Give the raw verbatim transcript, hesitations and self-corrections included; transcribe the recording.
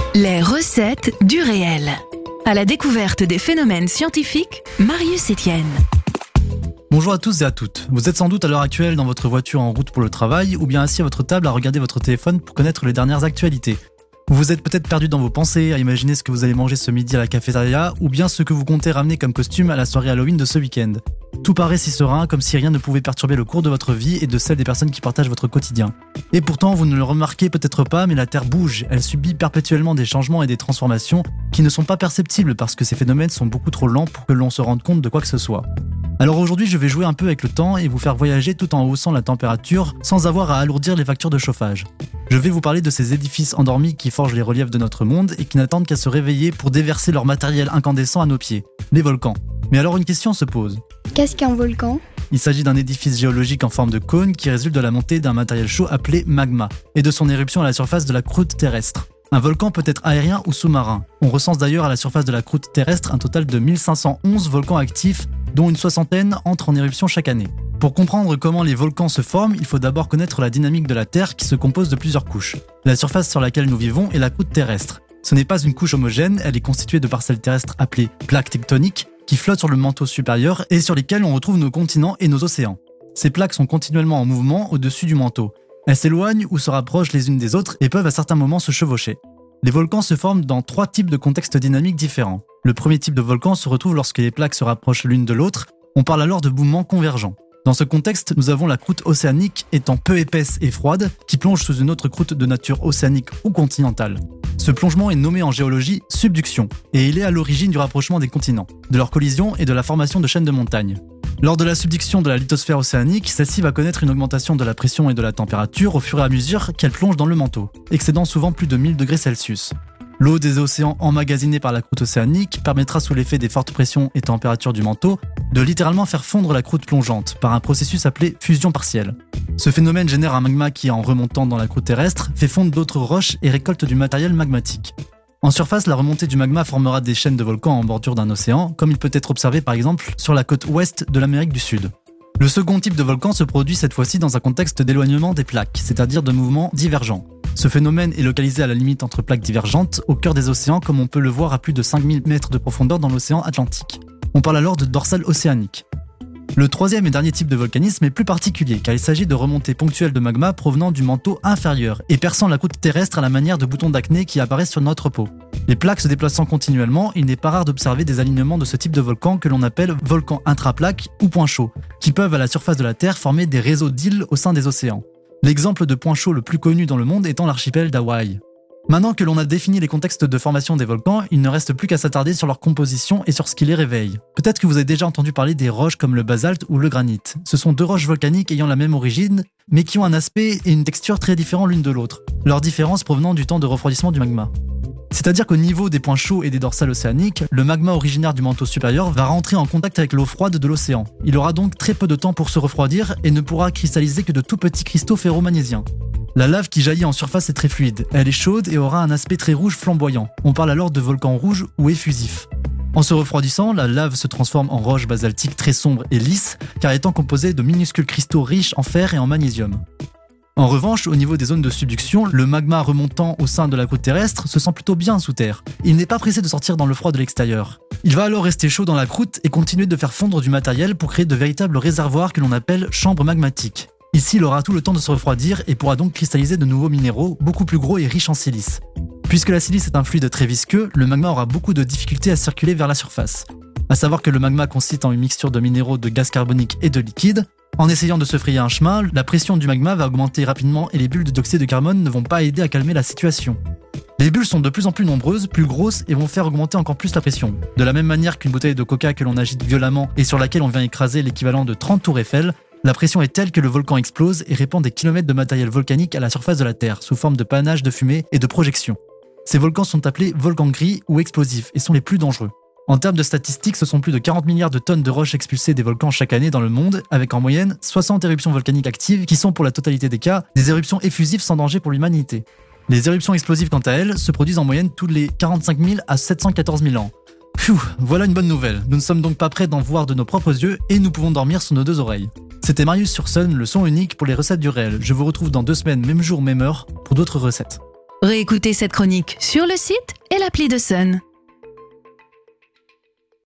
Les recettes du réel. À la découverte des phénomènes scientifiques, Marius Etienne. Bonjour à tous et à toutes. Vous êtes sans doute à l'heure actuelle dans votre voiture en route pour le travail ou bien assis à votre table à regarder votre téléphone pour connaître les dernières actualités. Vous vous êtes peut-être perdu dans vos pensées à imaginer ce que vous allez manger ce midi à la cafétéria ou bien ce que vous comptez ramener comme costume à la soirée Halloween de ce week-end. Tout paraît si serein, comme si rien ne pouvait perturber le cours de votre vie et de celle des personnes qui partagent votre quotidien. Et pourtant, vous ne le remarquez peut-être pas, mais la Terre bouge. Elle subit perpétuellement des changements et des transformations qui ne sont pas perceptibles parce que ces phénomènes sont beaucoup trop lents pour que l'on se rende compte de quoi que ce soit. Alors aujourd'hui, je vais jouer un peu avec le temps et vous faire voyager tout en haussant la température sans avoir à alourdir les factures de chauffage. Je vais vous parler de ces édifices endormis qui forgent les reliefs de notre monde et qui n'attendent qu'à se réveiller pour déverser leur matériel incandescent à nos pieds, les volcans. Mais alors une question se pose. Qu'est-ce qu'un volcan ? Il s'agit d'un édifice géologique en forme de cône qui résulte de la montée d'un matériel chaud appelé magma et de son éruption à la surface de la croûte terrestre. Un volcan peut être aérien ou sous-marin. On recense d'ailleurs à la surface de la croûte terrestre un total de mille cinq cent onze volcans actifs, dont une soixantaine entrent en éruption chaque année. Pour comprendre comment les volcans se forment, il faut d'abord connaître la dynamique de la Terre qui se compose de plusieurs couches. La surface sur laquelle nous vivons est la croûte terrestre. Ce n'est pas une couche homogène, elle est constituée de parcelles terrestres appelées plaques tectoniques qui flottent sur le manteau supérieur et sur lesquelles on retrouve nos continents et nos océans. Ces plaques sont continuellement en mouvement au-dessus du manteau. Elles s'éloignent ou se rapprochent les unes des autres et peuvent à certains moments se chevaucher. Les volcans se forment dans trois types de contextes dynamiques différents. Le premier type de volcan se retrouve lorsque les plaques se rapprochent l'une de l'autre. On parle alors de mouvements convergents. Dans ce contexte, nous avons la croûte océanique étant peu épaisse et froide, qui plonge sous une autre croûte de nature océanique ou continentale. Ce plongement est nommé en géologie subduction, et il est à l'origine du rapprochement des continents, de leur collision et de la formation de chaînes de montagnes. Lors de la subduction de la lithosphère océanique, celle-ci va connaître une augmentation de la pression et de la température au fur et à mesure qu'elle plonge dans le manteau, excédant souvent plus de mille degrés Celsius. L'eau des océans emmagasinée par la croûte océanique permettra sous l'effet des fortes pressions et températures du manteau de littéralement faire fondre la croûte plongeante par un processus appelé fusion partielle. Ce phénomène génère un magma qui, en remontant dans la croûte terrestre, fait fondre d'autres roches et récolte du matériel magmatique. En surface, la remontée du magma formera des chaînes de volcans en bordure d'un océan, comme il peut être observé par exemple sur la côte ouest de l'Amérique du Sud. Le second type de volcan se produit cette fois-ci dans un contexte d'éloignement des plaques, c'est-à-dire de mouvements divergents. Ce phénomène est localisé à la limite entre plaques divergentes, au cœur des océans, comme on peut le voir à plus de cinq mille mètres de profondeur dans l'océan Atlantique. On parle alors de dorsale océanique. Le troisième et dernier type de volcanisme est plus particulier, car il s'agit de remontées ponctuelles de magma provenant du manteau inférieur et perçant la croûte terrestre à la manière de boutons d'acné qui apparaissent sur notre peau. Les plaques se déplaçant continuellement, il n'est pas rare d'observer des alignements de ce type de volcan que l'on appelle volcans intraplaques ou points chauds, qui peuvent à la surface de la Terre former des réseaux d'îles au sein des océans. L'exemple de point chaud le plus connu dans le monde étant l'archipel d'Hawaï. Maintenant que l'on a défini les contextes de formation des volcans, il ne reste plus qu'à s'attarder sur leur composition et sur ce qui les réveille. Peut-être que vous avez déjà entendu parler des roches comme le basalte ou le granit. Ce sont deux roches volcaniques ayant la même origine, mais qui ont un aspect et une texture très différents l'une de l'autre, leur différence provenant du temps de refroidissement du magma. C'est-à-dire qu'au niveau des points chauds et des dorsales océaniques, le magma originaire du manteau supérieur va rentrer en contact avec l'eau froide de l'océan. Il aura donc très peu de temps pour se refroidir et ne pourra cristalliser que de tout petits cristaux ferromagnésiens. La lave qui jaillit en surface est très fluide, elle est chaude et aura un aspect très rouge flamboyant. On parle alors de volcan rouge ou effusif. En se refroidissant, la lave se transforme en roche basaltique très sombre et lisse, car étant composée de minuscules cristaux riches en fer et en magnésium. En revanche, au niveau des zones de subduction, le magma remontant au sein de la croûte terrestre se sent plutôt bien sous terre. Il n'est pas pressé de sortir dans le froid de l'extérieur. Il va alors rester chaud dans la croûte et continuer de faire fondre du matériel pour créer de véritables réservoirs que l'on appelle chambres magmatiques. Ici, il aura tout le temps de se refroidir et pourra donc cristalliser de nouveaux minéraux, beaucoup plus gros et riches en silice. Puisque la silice est un fluide très visqueux, le magma aura beaucoup de difficultés à circuler vers la surface. À savoir que le magma consiste en une mixture de minéraux, de gaz carbonique et de liquide. En essayant de se frayer un chemin, la pression du magma va augmenter rapidement et les bulles de dioxyde de carbone ne vont pas aider à calmer la situation. Les bulles sont de plus en plus nombreuses, plus grosses et vont faire augmenter encore plus la pression. De la même manière qu'une bouteille de coca que l'on agite violemment et sur laquelle on vient écraser l'équivalent de trente tours Eiffel, la pression est telle que le volcan explose et répand des kilomètres de matériel volcanique à la surface de la Terre, sous forme de panache de fumée et de projections. Ces volcans sont appelés volcans gris ou explosifs et sont les plus dangereux. En termes de statistiques, ce sont plus de quarante milliards de tonnes de roches expulsées des volcans chaque année dans le monde, avec en moyenne soixante éruptions volcaniques actives qui sont pour la totalité des cas des éruptions effusives sans danger pour l'humanité. Les éruptions explosives quant à elles se produisent en moyenne tous les quarante-cinq mille à sept cent quatorze mille ans. Pfiou, voilà une bonne nouvelle. Nous ne sommes donc pas prêts d'en voir de nos propres yeux et nous pouvons dormir sur nos deux oreilles. C'était Marius sur Sun, le son unique pour les recettes du réel. Je vous retrouve dans deux semaines, même jour, même heure, pour d'autres recettes. Réécoutez cette chronique sur le site et l'appli de Sun.